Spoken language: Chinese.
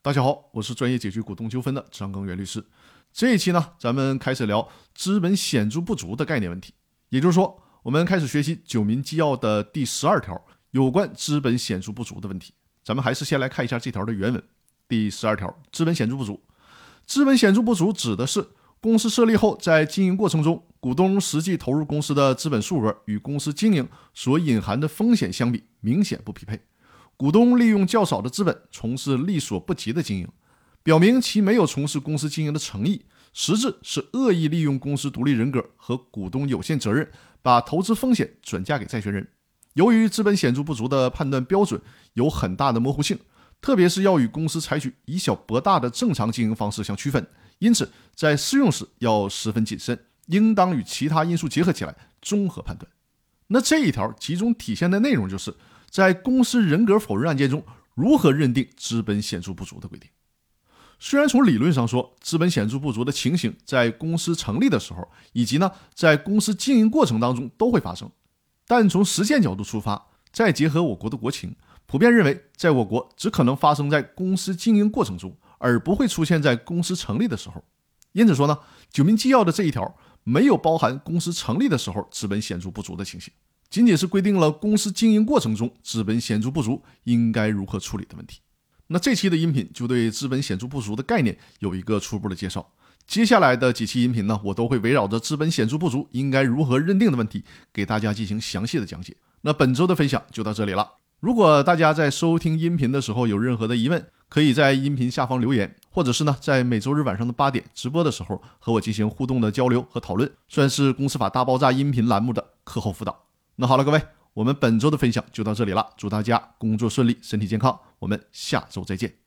大家好，我是专业解决股东纠纷的张庚元律师。这一期呢，咱们开始聊资本显著不足的概念问题，也就是说，我们开始学习九民纪要的第12条有关资本显著不足的问题。咱们还是先来看一下这条的原文。第12条，资本显著不足。资本显著不足指的是公司设立后，在经营过程中，股东实际投入公司的资本数额与公司经营所隐含的风险相比明显不匹配。股东利用较少的资本从事力所不及的经营，表明其没有从事公司经营的诚意，实质是恶意利用公司独立人格和股东有限责任，把投资风险转嫁给债权人。由于资本显著不足的判断标准有很大的模糊性，特别是要与公司采取以小博大的正常经营方式相区分，因此在适用时要十分谨慎，应当与其他因素结合起来综合判断。那这一条集中体现的内容就是在公司人格否认案件中如何认定资本显著不足的规定。虽然从理论上说，资本显著不足的情形在公司成立的时候以及在公司经营过程当中都会发生，但从实践角度出发，再结合我国的国情，普遍认为在我国只可能发生在公司经营过程中，而不会出现在公司成立的时候。因此说九民纪要的这一条没有包含公司成立的时候资本显著不足的情形，仅仅是规定了公司经营过程中资本显著不足应该如何处理的问题。那这期的音频就对资本显著不足的概念有一个初步的介绍，接下来的几期音频我都会围绕着资本显著不足应该如何认定的问题给大家进行详细的讲解。那本周的分享就到这里了。如果大家在收听音频的时候有任何的疑问，可以在音频下方留言，或者是在每周日晚上的8点直播的时候和我进行互动的交流和讨论，算是公司法大爆炸音频栏目的课后辅导。那好了，各位，我们本周的分享就到这里了，祝大家工作顺利，身体健康，我们下周再见。